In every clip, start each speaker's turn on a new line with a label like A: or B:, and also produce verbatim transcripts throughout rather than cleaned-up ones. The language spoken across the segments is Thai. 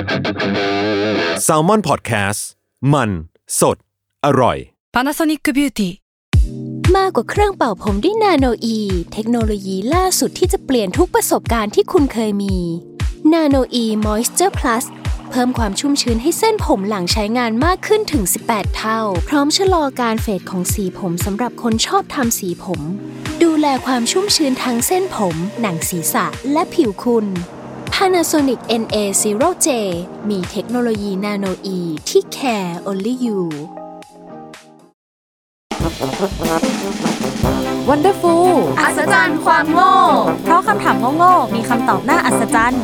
A: Salmon Podcast มันสดอร่อย
B: Panasonic Beauty
C: มากกว่าเครื่องเป่าผมด้วยนาโนอีเทคโนโลยีล่าสุดที่จะเปลี่ยนทุกประสบการณ์ที่คุณเคยมีนาโนอี Moisture Plus เพิ่มความชุ่มชื้นให้เส้นผมหลังใช้งานมากขึ้นถึงสิบแปดเท่าพร้อมชะลอการเฟดของสีผมสำหรับคนชอบทำสีผมดูแลความชุ่มชื้นทั้งเส้นผมหนังศีรษะและผิวคุณ Panasonic เอ็น เอ ศูนย์ เจ มีเทคโนโลยีนาโนอีที่ care only you
D: Wonderful
E: อัศจรรย์ความโง่เพราะคำถามโง่ๆมีคำตอบน่าอัศจรรย์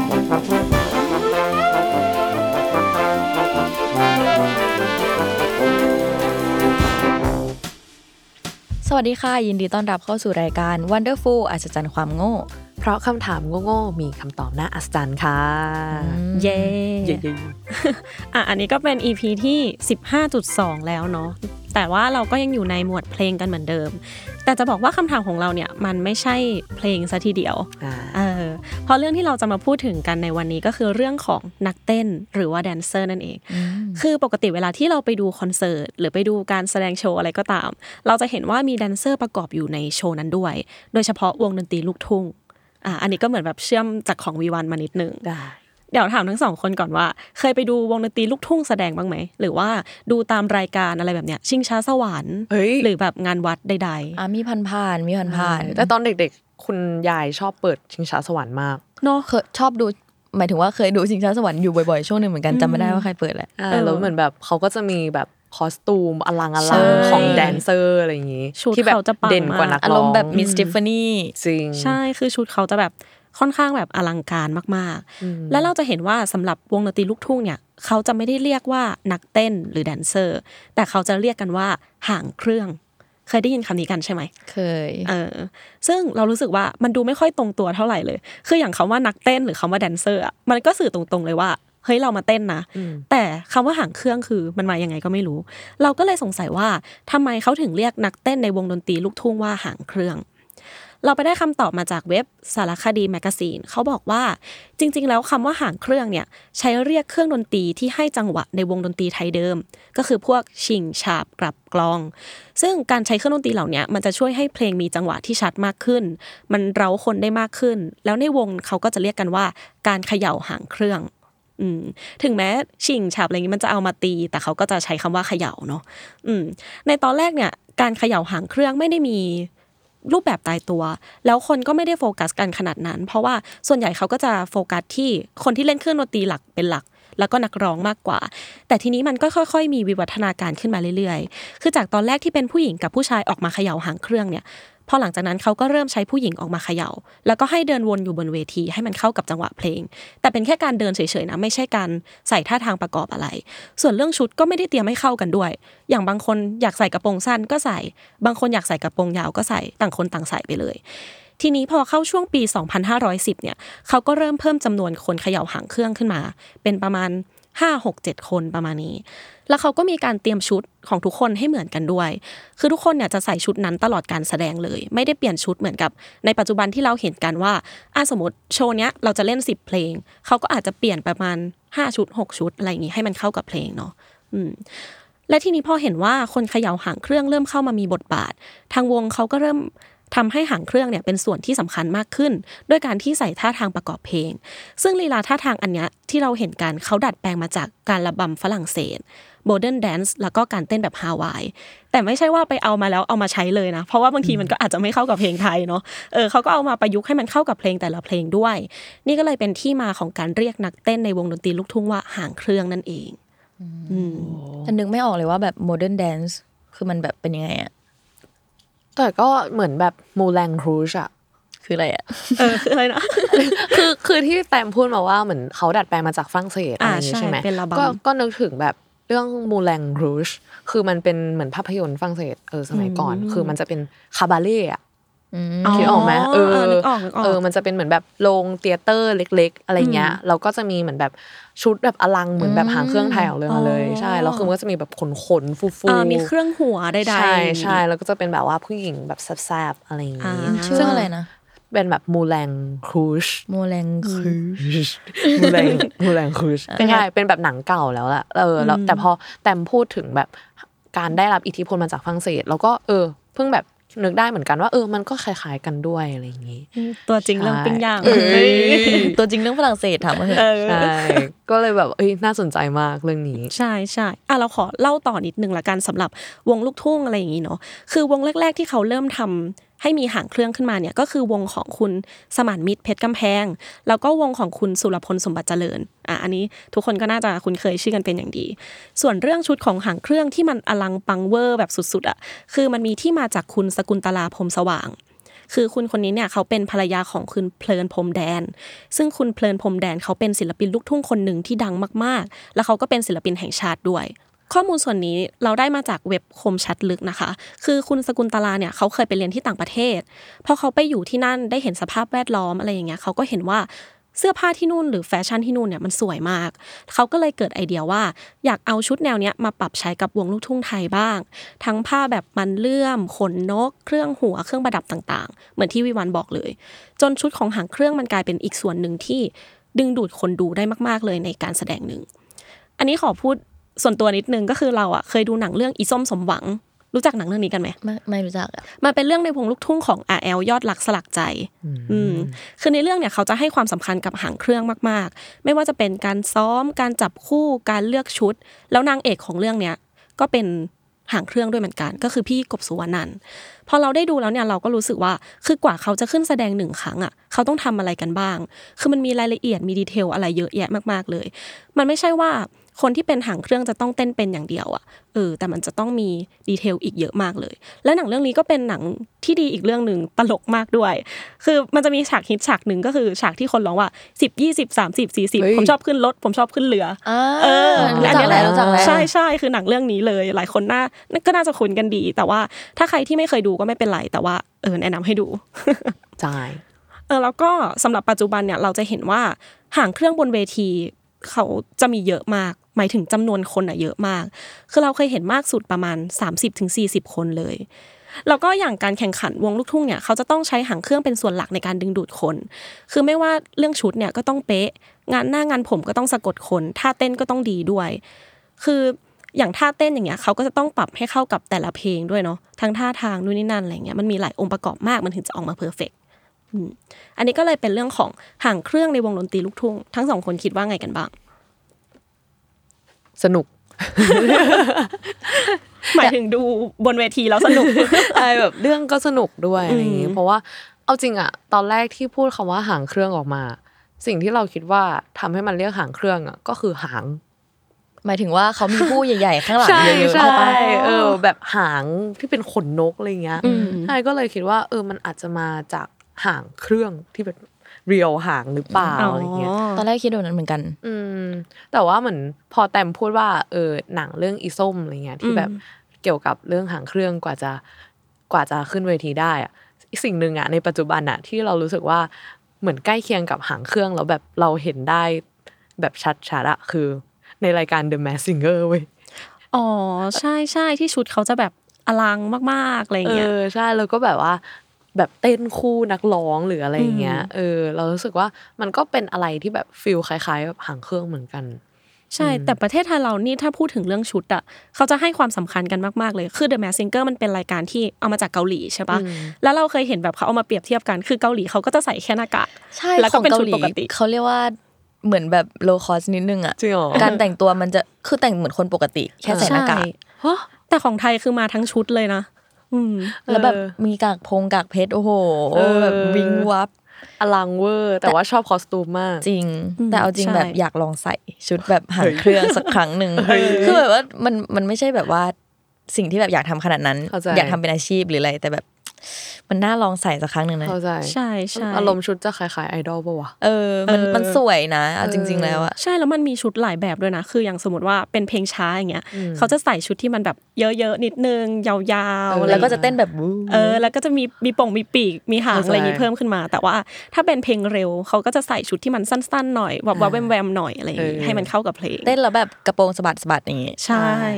D: สวัสดีค่ะยินดีต้อนรับเข้าสู่รายการ Wonderful อัศจรรย์ความโง่เพราะคำถามโง่ๆมีคำตอบน่าอัศจรรย์ค่ะ
E: เย้
D: เย้
E: อ่ะอันนี้ก็เป็น อี พี ที่ สิบห้าจุดสอง แล้วเนาะแต่ว่าเราก็ยังอยู่ในหมวดเพลงกันเหมือนเดิมแต่จะบอกว่าคำถามของเราเนี่ยมันไม่ใช่เพลงซะทีเดียวเออเพราะเรื่องที่เราจะมาพูดถึงกันในวันนี้ก็คือเรื่องของนักเต้นหรือว่าแดนเซอร์นั่นเองคือปกติเวลาที่เราไปดูคอนเสิร์ตหรือไปดูการแสดงโชว์อะไรก็ตามเราจะเห็นว่ามีแดนเซอร์ประกอบอยู่ในโชว์นั้นด้วยโดยเฉพาะวงดนตรีลูกทุ่งอ่ะอันนี้ก็เหมือนแบบเชื่อมจากของ วี วัน มานิดนึงเดี๋ยวถามทั้งสองคนก่อนว่าเคยไปดูวงดนตรีลูกทุ่งแสดงบ้างไหมหรือว่าดูตามรายการอะไรแบบเนี้ยชิงช้าสวรรค์หรือแบบงานวัดใดๆ
D: อ่ะมีผ่านๆมีผ่านๆแต่ตอนเด็กๆคุณยายชอบเปิดชิงช้าสวรรค์มาก
E: เนาะ
D: เคยชอบดูหมายถึงว่าเคยดูชิงช้าสวรรค์อยู่บ่อยๆช่วงนึงเหมือนกันจำไม่ได้ว่าใครเปิดแหละแล้วเหมือนแบบเขาก็จะมีแบบคอสตูมอลังอลังของแดนเซอร์อะไรอย่างงี้
E: ที่แบบ
D: เด่นกว่านักร้องอารมณ์แบบมิสติฟฟานี่จริง
E: ใช่คือชุดเขาจะแบบค่อนข้างแบบอลังการมากๆแล้วเราจะเห็นว่าสำหรับวงดนตรีลูกทุ่งเนี่ยเขาจะไม่ได้เรียกว่านักเต้นหรือแดนเซอร์แต่เขาจะเรียกกันว่าหางเครื่องเคยได้ยินคำนี้กันใช่ไหม
D: เคย
E: เออซึ่งเรารู้สึกว่ามันดูไม่ค่อยตรงตัวเท่าไหร่เลยคืออย่างคำว่านักเต้นหรือคำว่าแดนเซอร์อ่ะมันก็สื่อตรงๆเลยว่าเฮ้ยเรามาเต้นนะแต่คำว่าหางเครื่องคือมันมายังไงก็ไม่รู้เราก็เลยสงสัยว่าทำไมเขาถึงเรียกนักเต้นในวงดนตรีลูกทุ่งว่าหางเครื่องเราไปได้คำตอบมาจากเว็บสารคดีแมกกาซีนเขาบอกว่าจริงๆแล้วคำว่าหางเครื่องเนี่ยใช้เรียกเครื่องดนตรีที่ให้จังหวะในวงดนตรีไทยเดิมก็คือพวกชิงฉาบกลับกลองซึ่งการใช้เครื่องดนตรีเหล่านี้มันจะช่วยให้เพลงมีจังหวะที่ชัดมากขึ้นมันเร้าคนได้มากขึ้นแล้วในวงเขาก็จะเรียกกันว่าการเขย่าหางเครื่องอืมถึงแม้ชิงฉาบอะไรอย่างนี้มันจะเอามาตีแต่เขาก็จะใช้คำว่าเขย่าเนาะอืมในตอนแรกเนี่ยการเขย่าหางเครื่องไม่ได้มีรูปแบบตายตัวแล้วคนก็ไม่ได้โฟกัสกันขนาดนั้นเพราะว่าส่วนใหญ่เขาก็จะโฟกัสที่คนที่เล่นเครื่องดนตรีหลักเป็นหลักแล้วก็นักร้องมากกว่าแต่ทีนี้มันก็ค่อยๆมีวิวัฒนาการขึ้นมาเรื่อยๆคือจากตอนแรกที่เป็นผู้หญิงกับผู้ชายออกมาเขย่าหางเครื่องเนี่ยพอหลังจากนั้นเขาก็เริ่มใช้ผู้หญิงออกมาเขย่าแล้วก็ให้เดินวนอยู่บนเวทีให้มันเข้ากับจังหวะเพลงแต่เป็นแค่การเดินเฉยๆนะไม่ใช่การใส่ท่าทางประกอบอะไรส่วนเรื่องชุดก็ไม่ได้เตรียมให้เข้ากันด้วยอย่างบางคนอยากใส่กระโปรงสั้นก็ใส่บางคนอยากใส่กระโปรงยาวก็ใส่ต่างคนต่างใส่ไปเลยทีนี้พอเข้าช่วงปีสองพันห้าร้อยสิบเนี่ยเขาก็เริ่มเพิ่มจำนวนคนเขย่าหางเครื่องขึ้นมาเป็นประมาณห้า หก เจ็ดคนประมาณนี้แล้วเขาก็มีการเตรียมชุดของทุกคนให้เหมือนกันด้วยคือทุกคนเนี่ยจะใส่ชุดนั้นตลอดการแสดงเลยไม่ได้เปลี่ยนชุดเหมือนกับในปัจจุบันที่เราเห็นกันว่าอ่ะสมมติโชว์เนี้ยเราจะเล่นสิบเพลงเขาก็อาจจะเปลี่ยนประมาณห้าชุดหกชุดอะไรอย่างงี้ให้มันเข้ากับเพลงเนาะอืมและทีนี้พอเห็นว่าคนเขย่าหางเครื่องเริ่มเข้ามามีบทบาททางวงเขาก็เริ่มทำให้หางเครื่องเนี่ยเป็นส่วนที่สำคัญมากขึ้นด้วยการที่ใส่ท่าทางประกอบเพลงซึ่งลีลาท่าทางอันเนี้ยที่เราเห็นกันเขาดัดแปลงมาจากการระบำฝรั่งเศสโมเดิร์นแดนซ์แล้วก็การเต้นแบบฮาวายแต่ไม่ใช่ว่าไปเอามาแล้วเอามาใช้เลยนะเพราะว่าบางทีมันก็อาจจะไม่เข้ากับเพลงไทยเนาะเออเขาก็เอามาประยุกต์ให้มันเข้ากับเพลงแต่ละเพลงด้วยนี่ก็เลยเป็นที่มาของการเรียกนักเต้นในวงดนตรีลูกทุ่งว่าหางเครื่องนั่นเอง
D: อืมแต่นึกไม่ออกเลยว่าแบบโมเดิร์นแดนซ์คือมันแบบเป็นยังไงอะ
F: แต่ก็เหมือนแบบมูแลงครูชอะ
D: คืออะไรอะ
E: เออคืออะไรนะ
F: คือคือที่แปมพูดมาว่าเหมือนเขาดัดแปลงมาจากฝรั่งเศสอะไรอย่างงี้ใช่ไหมก็ก็นึกถึงแบบเรื่องมูแลงครูชคือมันเป็นเหมือนภาพยนตร์ฝรั่งเศสเออสมัยก่อนคือมันจะเป็นคาบาเล่อะคิดออกไหมเออเออมันจะเป็นเหมือนแบบโรงเธียเตอร์เล็กๆอะไรเงี้ยเราก็จะมีเหมือนแบบชุดแบบอลังเหมือนแบบหางเครื่องไทยออกเลยมาเลยใช่แล้วคือมันก็จะมีแบบขนๆฟู
E: ๆมีเครื่องหัวใดๆ
F: ใช่ใช่แล้วก็จะเป็นแบบว่าผู้หญิงแบบแซ่บๆอะไรอย่างงี้
D: ชื่ออะไรนะ
F: เป็นแบบมูแลงครูช
D: มูแลงครู
F: ชมูแลงมูแลงครูชเป็นไงเป็นแบบหนังเก่าแล้วล่ะเออแล้วแต่พอแต้มพูดถึงแบบการได้รับอิทธิพลมาจากฝรั่งเศสแล้วก็เออเพิ่งแบบนึกได้เหมือนกันว่าเออมันก็คล้ายๆกันด้วยอะไรอย่างงี้
E: ตัวจริงเรื่องปิ้งย่าง
D: ตัวจริงเรื่องฝรั่งเศสถามมาเหรอ
F: ใช่ก็เลยแบบเอ้ยน่าสนใจมากเรื่องนี้
E: ใช่ใช่อ่ะเราขอเล่าต่อนิดนึงละกันสำหรับวงลูกทุ่งอะไรอย่างงี้เนาะคือวงแรกๆที่เขาเริ่มทำให้มีหางเครื่องขึ้นมาเนี่ยก็คือวงของคุณสมานมิตรเพชรกำแพงแล้วก็วงของคุณสุรพลสมบัติเจริญอ่ะอันนี้ทุกคนก็น่าจะคุ้นเคยชื่อกันเป็นอย่างดีส่วนเรื่องชุดของหางเครื่องที่มันอลังปังเวอร์แบบสุดๆอ่ะคือมันมีที่มาจากคุณสกุลตลาพรหมสว่างคือคุณคนนี้เนี่ยเขาเป็นภรรยาของคุณเพลินพรมแดนซึ่งคุณเพลินพรมแดนเขาเป็นศิลปินลูกทุ่งคนหนึ่งที่ดังมากๆแล้วเขาก็เป็นศิลปินแห่งชาติด้วยข้อมูลส่วนนี้เราได้มาจากเว็บคมชัดลึกนะคะคือคุณสกุลตลาเนี่ยเขาเคยไปเรียนที่ต่างประเทศพอเขาไปอยู่ที่นั่นได้เห็นสภาพแวดล้อมอะไรอย่างเงี้ยเขาก็เห็นว่าเสื้อผ้าที่นู่นหรือแฟชั่นที่นู่นเนี่ยมันสวยมากเขาก็เลยเกิดไอเดียว่าอยากเอาชุดแนวเนี้ยมาปรับใช้กับวงลูกทุ่งไทยบ้างทั้งผ้าแบบมันเลื่อมขนนกเครื่องหัวเครื่องประดับต่างๆเหมือนที่วิวันบอกเลยจนชุดของหางเครื่องมันกลายเป็นอีกส่วนหนึ่งที่ดึงดูดคนดูได้มากๆเลยในการแสดงหนึ่งอันนี้ขอพูดส่วนตัวนิดนึงก็คือเราอ่ะเคยดูหนังเรื่องอีส้มสมหวังรู้จักหนังเรื่องนี้กันไหม
D: ไม่ไม่รู้จักอ่ะ
E: มันเป็นเรื่องในวงลูกทุ่งของ อาร์ แอล ยอดรักสลักใจอืมคือในเรื่องเนี่ยเขาจะให้ความสำคัญกับหางเครื่องมากๆไม่ว่าจะเป็นการซ้อมการจับคู่การเลือกชุดแล้วนางเอกของเรื่องเนี้ยก็เป็นหางเครื่องด้วยเหมือนกันก็คือพี่กบสุวรรณันท์พอเราได้ดูแล้วเนี่ยเราก็รู้สึกว่าคือกว่าเขาจะขึ้นแสดงหนึ่งครั้งอ่ะเขาต้องทำอะไรกันบ้างคือมันมีรายละเอียดมีดีเทลอะไรเยอะแยะมากๆเลยมันไม่ใช่ว่าคนที่เป็นหางเครื่องจะต้องเต้นเป็นอย่างเดียวอ่ะเออแต่มันจะต้องมีดีเทลอีกเยอะมากเลยและหนังเรื่องนี้ก็เป็นหนังที่ดีอีกเรื่องนึงตลกมากด้วยคือมันจะมีฉากฮิตฉากนึงก็คือฉากที่คนร้องว่าสิบ ยี่สิบ สามสิบ สี่สิบผมชอบขึ้นรถผมชอบขึ้นเรือเอออันนี้แหละใช่ๆคือหนังเรื่องนี้เลยหลายคนน่าก็น่าจะคุ้นกันดีแต่ว่าถ้าใครที่ไม่เคยดูก็ไม่เป็นไรแต่ว่าเออแนะนำให้ดู
F: ใช่
E: เออแล้วก็สำหรับปัจจุบันเนี่ยเราจะเห็นว่าหางเครื่องบนเวทีเขาจะมีเยอะมากหมายถึงจำนวนคนอ่ะเยอะมากคือเราเคยเห็นมากสุดประมาณ สามสิบถึงสี่สิบ คนเลยแล้วก็อย่างการแข่งขันวงลูกทุ่งเนี่ยเขาจะต้องใช้หางเครื่องเป็นส่วนหลักในการดึงดูดคนคือไม่ว่าเรื่องชุดเนี่ยก็ต้องเป๊ะงานหน้างานผมก็ต้องสะกดคนท่าเต้นก็ต้องดีด้วยคืออย่างท่าเต้นอย่างเงี้ยเขาก็จะต้องปรับให้เข้ากับแต่ละเพลงด้วยเนาะทั้งท่าทางนู่นนี่นั่นอะไรเงี้ยมันมีหลายองค์ประกอบมากมันถึงจะออกมาเพอร์เฟคอันนี้ก็เลยเป็นเรื่องของหางเครื่องในวงดนตรีลูกทุ่งทั้งสองคนคิดว่าไงกันบ้าง
F: สนุก
E: หมายถึงดูบนเวทีแล้วสนุก
F: ใช่แบบเรื่องก็สนุกด้วยอะไรอย่างงี้เพราะว่าเอาจริงอะตอนแรกที่พูดคำว่าหางเครื่องออกมาสิ่งที่เราคิดว่าทำให้มันเรียกหางเครื่องอะก็คือหาง
D: หมายถึงว่าเขามีผู้ใหญ่ๆข้างหลังเยอะๆ
F: ใช่เออแบบหางที่เป็นขนนกอะไรเงี้ยใช่ก็เลยคิดว่าเออมันอาจจะมาจากหางเครื่องที่เป็นเรียวหางหรือเปล่าอะไรเงี้ย
D: ตอนแรกคิดแบบนั้นเหมือนกัน
F: อืมแต่ว่าเหมือนพอแต้มพูดว่าเออหนังเรื่องอีส้มอะไรเงี้ยที่แบบเกี่ยวกับเรื่องหางเครื่องกว่าจะกว่าจะขึ้นเวทีได้อ่ะสิ่งนึงอ่ะในปัจจุบันอ่ะที่เรารู้สึกว่าเหมือนใกล้เคียงกับหางเครื่องแล้วแบบเราเห็นได้แบบชัดๆอ่ะคือในรายการ The Masked Singer เว้ย
E: อ๋อใช่ๆที่ชุดเขาจะแบบอลังมากๆอะไรเงี้ย
F: เออใช่แล้วก็แบบว่าแบบเต้นคู่นักร้องหรืออะไรอย่างเงี้ยเออเรารู้สึกว่ามันก็เป็นอะไรที่แบบฟีลคล้ายๆแบบหางเครื่องเหมือนกัน
E: ใช่แต่ประเทศไทยเรานี่ถ้าพูดถึงเรื่องชุดอ่ะเขาจะให้ความสำคัญกันมากๆเลยคือ The Masked Singer มันเป็นรายการที่เอามาจากเกาหลีใช่ปะแล้วเราเคยเห็นแบบเขาเอามาเปรียบเทียบกันคือเกาหลีเขาก็จะใส่แค่หน้ากาก
D: แล้วก็เป็นชุดปกติเขาเรียกว่าเหมือนแบบ low cost นิดนึงอ่ะการแต่งตัวมันจะคือแต่งเหมือนคนปกติแค่ใส่หน้ากาก
E: แต่ของไทยคือมาทั้งชุดเลยนะ
D: แล้วแบบมีกากพงกากเพชรโอ้โหแบบวิงวับ
F: อลังเวอร์แต่ว่าชอบคอสตูมมาก
D: จริงแต่เอาจริงแบบอยากลองใส่ชุดแบบหางเครื่องสักครั้งนึงคือแบบว่ามันมันไม่ใช่แบบว่าสิ่งที่แบบอยากทำขนาดนั้นอยากทำเป็นอาชีพหรืออะไรแต่แบบมันน่าลองใส่สักครั้งนึงนะ
E: ใช่ใช่
F: อารมณ์ชุดจะคล้ายๆไอดอลป่ะวะ
D: เออมันมันสวยนะเอาจริงๆแล้วอะ
E: ใช่แล้วมันมีชุดหลายแบบด้วยนะคืออย่างสมมติว่าเป็นเพลงช้าอย่างเงี้ยเขาจะใส่ชุดที่มันแบบเยอะๆนิดนึงยาว
D: ๆแล้วก็จะเต้นแบบ
E: เออแล้วก็จะมีมีป่งมีปีกมีหางอะไรอย่างงี้เพิ่มขึ้นมาแต่ว่าถ้าเป็นเพลงเร็วเขาก็จะใส่ชุดที่มันสั้นๆหน่อยวับๆแวมๆหน่อยอะไรอย่างงี้ให้มันเข้ากับเพลง
D: เต้นแล้วแบบกระโปรงสะบัดสะบัดอย่างงี้
E: ใช่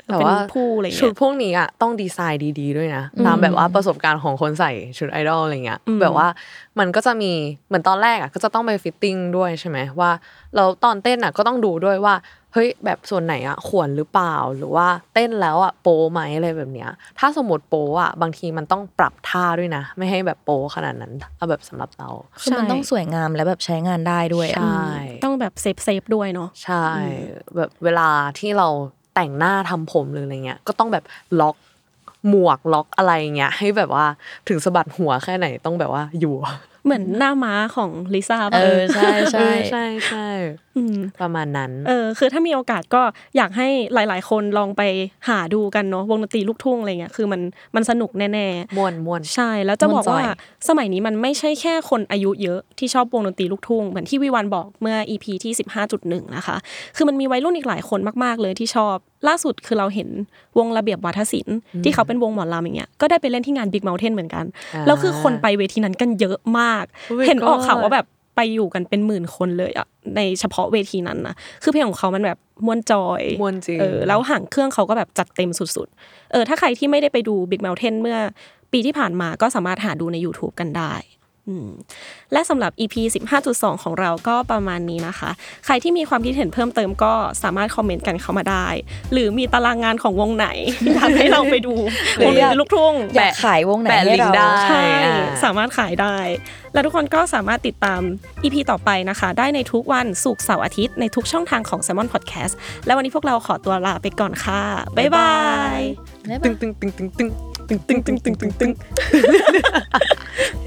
F: แต่ว่าชุดพวกนี้อ่ะต้องดีไซน์ดีๆด้วยนะตามแบบว่าประสบการณ์ของคนใส่ชุดไอดอลอะไรเงี้ยแบบว่ามันก็จะมีเหมือนตอนแรกอ่ะก็จะต้องไปฟิตติ้งด้วยใช่ไหมว่าเราตอนเต้นอ่ะก็ต้องดูด้วยว่าเฮ้ยแบบส่วนไหนอ่ะควรหรือเปล่าหรือว่าเต้นแล้วอ่ะโป๊ไหมอะไรแบบเนี้ยถ้าสมมติโป๊อ่ะบางทีมันต้องปรับท่าด้วยนะไม่ให้แบบโป๊ขนาดนั้นเอาแบบสำหรับเรา
D: คือมันต้องสวยงามและแบบใช้งานได้ด้วย
F: ใช่
E: ต้องแบบเซฟเซฟด้วยเนาะ
F: ใช่แบบเวลาที่เราแต่งหน้าทำผมหรืออะไรเงี้ยก็ต้องแบบล็อกหมวกล็อกอะไรเงี้ยให้แบบว่าถึงสะบัดหัวแค่ไหนต้องแบบว่าอยู่
E: เหมือนหน้าม้าของลิซ่า
D: เออใช่ใช่
F: ใช่ใช่ประมาณนั้น
E: เออคือถ้ามีโอกาสก็อยากให้หลายๆคนลองไปหาดูกันเนาะวงดนตรีลูกทุ่งอะไรเงี้ยคือมันมันสนุกแน่
F: ๆม่วนม่วน
E: ใช่แล้วจะบอกว่าสมัยนี้มันไม่ใช่แค่คนอายุเยอะที่ชอบวงดนตรีลูกทุ่งเหมือนที่วิวันบอกเมื่อ อี พี ที่ สิบห้าจุดหนึ่ง นะคะคือมันมีวัยรุ่นอีกหลายคนมากๆเลยที่ชอบล่าสุดคือเราเห็นวงระเบียบวาทศิลป์ที่เขาเป็นวงหมอลำอย่างเงี้ยก็ได้ไปเล่นที่งาน Big Mountain เหมือนกันแล้วคือคนไปเวทีนั้นกันเยอะมากเห็นออกข่าวว่าแบบไปอยู่กันเป็นหมื่นคนเลยอ่ะในเฉพาะเวทีนั้นนะคือเพลงของเขามันแบบม่วนจอย
F: ม่วนจริง
E: เออแล้วหางเครื่องเขาก็แบบจัดเต็มสุดๆเออถ้าใครที่ไม่ได้ไปดู Big Mountain เมื่อปีที่ผ่านมาก็สามารถหาดูใน YouTube กันได้และสำหรับ อี พี สิบห้าจุดสอง ของเราก็ประมาณนี้นะคะใครที่มีความคิดเห็นเพิ่มเติมก็สามารถคอมเมนต์กันเข้ามาได้หรือมีตารางงานของวงไหนอยากให้เราไปดูวงดนตรีลูกทุ่ง
D: อยากขายวงไหนให้เรา
E: ใช่สามารถขายได้และทุกคนก็สามารถติดตาม อี พี ต่อไปนะคะได้ในทุกวันศุกร์เสาร์อาทิตย์ในทุกช่องทางของ Salmon Podcast และวันนี้พวกเราขอตัวลาไปก่อนค่ะบ๊ายบาย
F: ตึงตึงตึงตึงตึงตึงตึงตึงตึงตึง